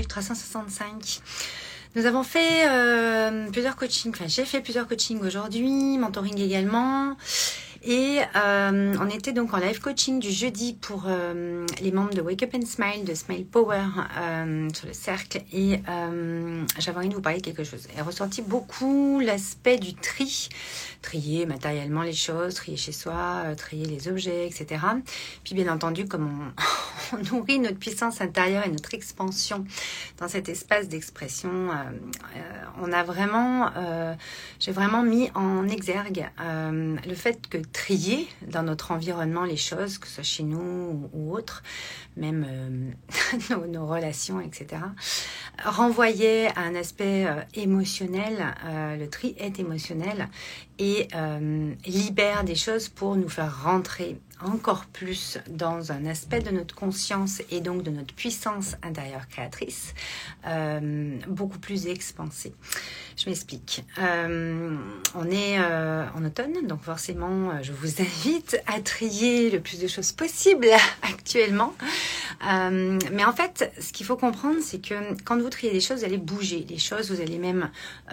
live 365. Nous avons fait plusieurs coachings, enfin j'ai fait plusieurs coachings aujourd'hui, mentoring également. Et on était donc en live coaching du jeudi pour les membres de Wake Up and Smile, de Smile Power sur le cercle. Et j'avais envie de vous parler de quelque chose. Elle ressortit beaucoup l'aspect du tri. Trier matériellement les choses, trier chez soi, trier les objets, etc. Puis bien entendu, comme on nourrit notre puissance intérieure et notre expansion dans cet espace d'expression, on a vraiment, j'ai vraiment mis en exergue le fait que trier dans notre environnement les choses, que ce soit chez nous ou autre, même nos relations, etc., renvoyait à un aspect émotionnel. Le tri est émotionnel et libère des choses pour nous faire rentrer encore plus dans un aspect de notre conscience et donc de notre puissance intérieure créatrice, beaucoup plus expansée. Je m'explique. On est en automne, donc forcément, je vous invite à trier le plus de choses possible actuellement. Mais en fait, ce qu'il faut comprendre, c'est que quand vous triez des choses, vous allez bouger les choses, vous allez même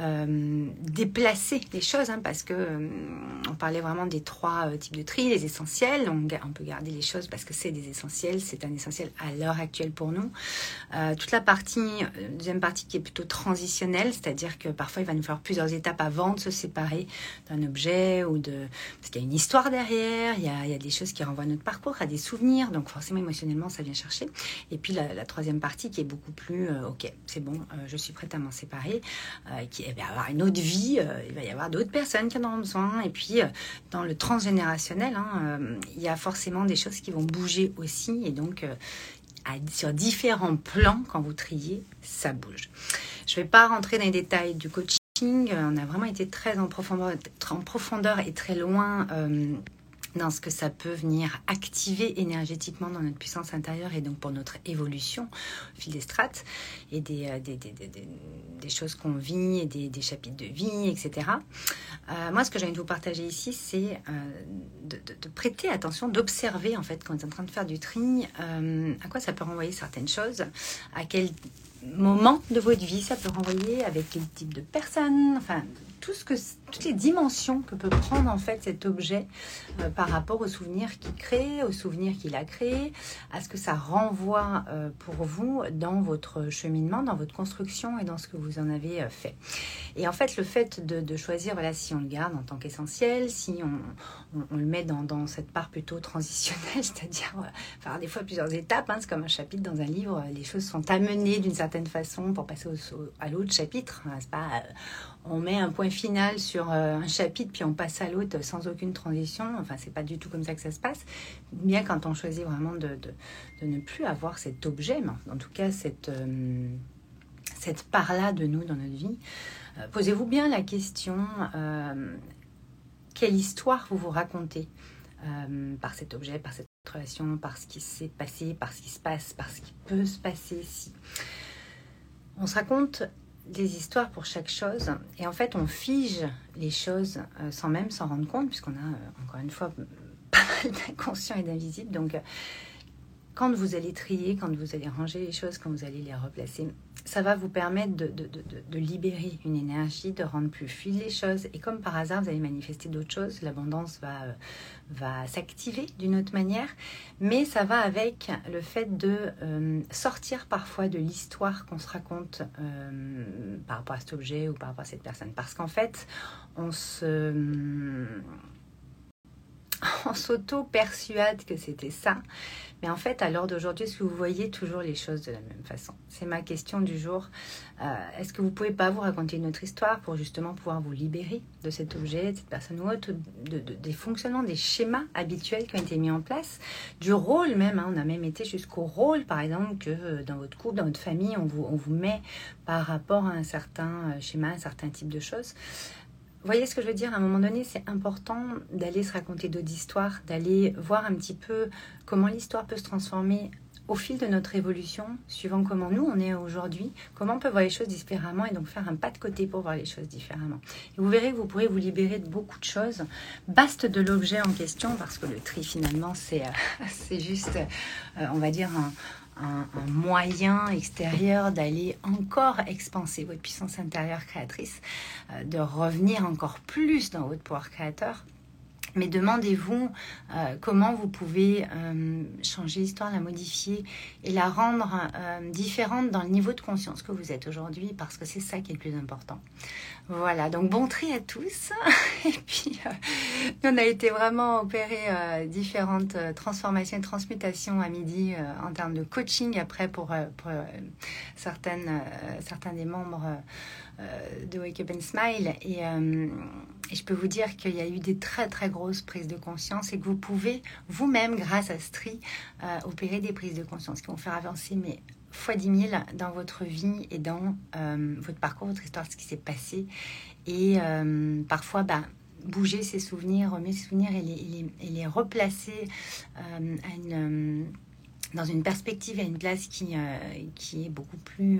déplacer les choses, hein, parce que on parlait vraiment des trois types de tri, les essentiels. On peut garder les choses parce que c'est des essentiels, c'est un essentiel à l'heure actuelle pour nous. Toute la partie, deuxième partie qui est plutôt transitionnelle, c'est-à-dire que parfois il va nous falloir plusieurs étapes avant de se séparer d'un objet ou parce qu'il y a une histoire derrière, il y a des choses qui renvoient à notre parcours, à des souvenirs, donc forcément émotionnellement ça vient chercher. Et puis la troisième partie qui est beaucoup plus ok, c'est bon, je suis prête à m'en séparer, qui va avoir une autre vie, il va y avoir d'autres personnes qui en auront besoin. Et puis dans le transgénérationnel, il y a forcément des choses qui vont bouger aussi, et donc sur différents plans, quand vous triez, ça bouge. Je ne vais pas rentrer dans les détails du coaching, on a vraiment été très en profondeur et très loin dans ce que ça peut venir activer énergétiquement dans notre puissance intérieure et donc pour notre évolution au fil des strates et des choses qu'on vit et des chapitres de vie, etc. Moi, ce que j'ai envie de vous partager ici, c'est de prêter attention, d'observer en fait quand on est en train de faire du tri, à quoi ça peut renvoyer certaines choses, à quel moment de votre vie ça peut renvoyer, avec quel type de personne, enfin toutes les dimensions que peut prendre en fait cet objet par rapport aux souvenirs qu'il crée, aux souvenirs qu'il a créés, à ce que ça renvoie pour vous dans votre cheminement, dans votre construction et dans ce que vous en avez fait. Et en fait, le fait de choisir, voilà, si on le garde en tant qu'essentiel, si on le met dans cette part plutôt transitionnelle, c'est-à-dire faire des fois plusieurs étapes, hein, c'est comme un chapitre dans un livre, les choses sont amenées d'une certaine façon pour passer à l'autre chapitre, hein, c'est pas... on met un point final sur un chapitre, puis on passe à l'autre sans aucune transition. Enfin, c'est pas du tout comme ça que ça se passe. Bien quand on choisit vraiment de ne plus avoir cet objet, mais en tout cas cette part-là de nous dans notre vie, posez-vous bien la question, quelle histoire vous vous racontez par cet objet, par cette relation, par ce qui s'est passé, par ce qui se passe, par ce qui peut se passer si. On se raconte des histoires pour chaque chose et en fait on fige les choses sans même s'en rendre compte, puisqu'on a encore une fois pas mal d'inconscient et d'invisible. Donc quand vous allez trier, quand vous allez ranger les choses, quand vous allez les replacer, ça va vous permettre de libérer une énergie, de rendre plus fluide les choses. Et comme par hasard, vous allez manifester d'autres choses. L'abondance va s'activer d'une autre manière. Mais ça va avec le fait de sortir parfois de l'histoire qu'on se raconte par rapport à cet objet ou par rapport à cette personne. Parce qu'en fait, on s'auto-persuade que c'était ça. Mais en fait, à l'heure d'aujourd'hui, est-ce que vous voyez toujours les choses de la même façon? C'est ma question du jour. Est-ce que vous ne pouvez pas vous raconter une autre histoire pour justement pouvoir vous libérer de cet objet, de cette personne ou autre, des fonctionnements, des schémas habituels qui ont été mis en place, du rôle même, hein, on a même été jusqu'au rôle, par exemple, que dans votre couple, dans votre famille, on vous met par rapport à un certain schéma, un certain type de choses. Vous voyez ce que je veux dire? À un moment donné, c'est important d'aller se raconter d'autres histoires, d'aller voir un petit peu comment l'histoire peut se transformer au fil de notre évolution, suivant comment nous, on est aujourd'hui, comment on peut voir les choses différemment et donc faire un pas de côté pour voir les choses différemment. Et vous verrez que vous pourrez vous libérer de beaucoup de choses, baste de l'objet en question, parce que le tri, finalement, c'est juste, on va dire, un moyen extérieur d'aller encore expanser votre puissance intérieure créatrice, de revenir encore plus dans votre pouvoir créateur. Mais demandez-vous comment vous pouvez changer l'histoire, la modifier et la rendre différente dans le niveau de conscience que vous êtes aujourd'hui, parce que c'est ça qui est le plus important. Voilà, donc bon tri à tous. Et puis, on a été vraiment opérer différentes transformations et transmutations à midi en termes de coaching après pour certains des membres de Wake Up and Smile. Et je peux vous dire qu'il y a eu des très très grosses prises de conscience et que vous pouvez vous-même, grâce à Stri, opérer des prises de conscience qui vont faire avancer fois 10 000 dans votre vie et dans votre parcours, votre histoire, ce qui s'est passé. Et parfois, bouger ses souvenirs, remettre ses souvenirs et les replacer dans une perspective, à une place qui est beaucoup plus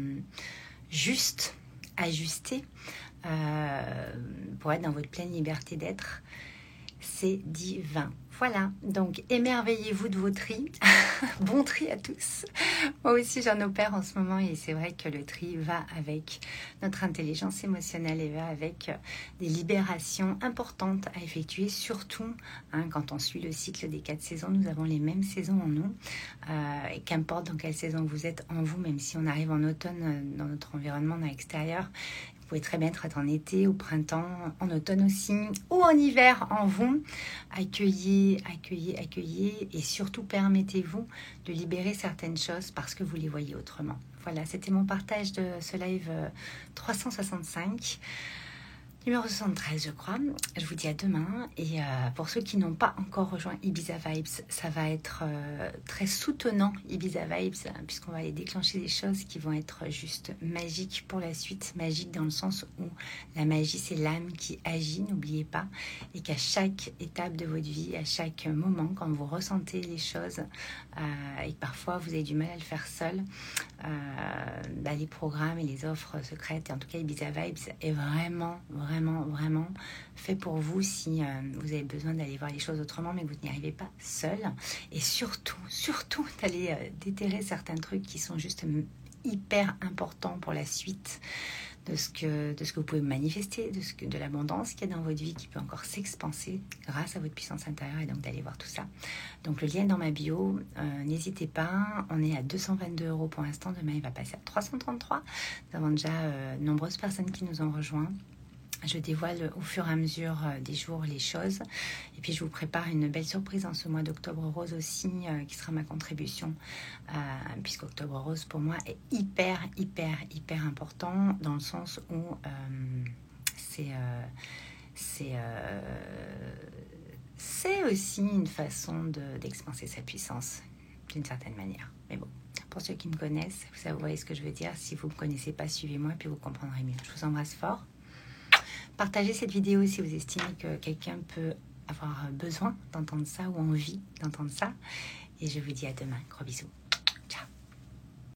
juste, ajustée, pour être dans votre pleine liberté d'être. C'est divin. Voilà, donc émerveillez-vous de vos tris. Bon tri à tous. Moi aussi, j'en opère en ce moment et c'est vrai que le tri va avec notre intelligence émotionnelle et va avec des libérations importantes à effectuer, surtout quand on suit le cycle des 4 saisons. Nous avons les mêmes saisons en nous. Et qu'importe dans quelle saison vous êtes en vous, même si on arrive en automne dans notre environnement, dans l'extérieur, vous pouvez très bien être en été, au printemps, en automne aussi, ou en hiver en vous. Accueillez et surtout permettez-vous de libérer certaines choses parce que vous les voyez autrement. Voilà, c'était mon partage de ce live 365. Numéro 73, je crois. Je vous dis à demain. Et pour ceux qui n'ont pas encore rejoint Ibiza Vibes, ça va être très soutenant, Ibiza Vibes, puisqu'on va aller déclencher des choses qui vont être juste magiques pour la suite. Magiques dans le sens où la magie, c'est l'âme qui agit, n'oubliez pas. Et qu'à chaque étape de votre vie, à chaque moment, quand vous ressentez les choses, et que parfois vous avez du mal à le faire seul, les programmes et les offres secrètes, et en tout cas Ibiza Vibes, est vraiment fait pour vous si vous avez besoin d'aller voir les choses autrement mais que vous n'y arrivez pas seul, et surtout d'aller déterrer certains trucs qui sont juste hyper importants pour la suite de ce que vous pouvez manifester, de l'abondance qu'il y a dans votre vie qui peut encore s'expanser grâce à votre puissance intérieure, et donc d'aller voir tout ça. Donc le lien est dans ma bio, n'hésitez pas, on est à 222 € pour l'instant, demain il va passer à 333. Nous avons déjà nombreuses personnes qui nous ont rejoints. Je dévoile au fur et à mesure des jours les choses. Et puis, je vous prépare une belle surprise en ce mois d'octobre rose aussi, qui sera ma contribution. Puisqu'octobre rose, pour moi, est hyper important dans le sens où c'est aussi une façon d'expanser sa puissance d'une certaine manière. Mais bon, pour ceux qui me connaissent, vous voyez ce que je veux dire. Si vous ne me connaissez pas, suivez-moi et puis vous comprendrez mieux. Je vous embrasse fort. Partagez cette vidéo si vous estimez que quelqu'un peut avoir besoin d'entendre ça ou envie d'entendre ça. Et je vous dis à demain. Gros bisous.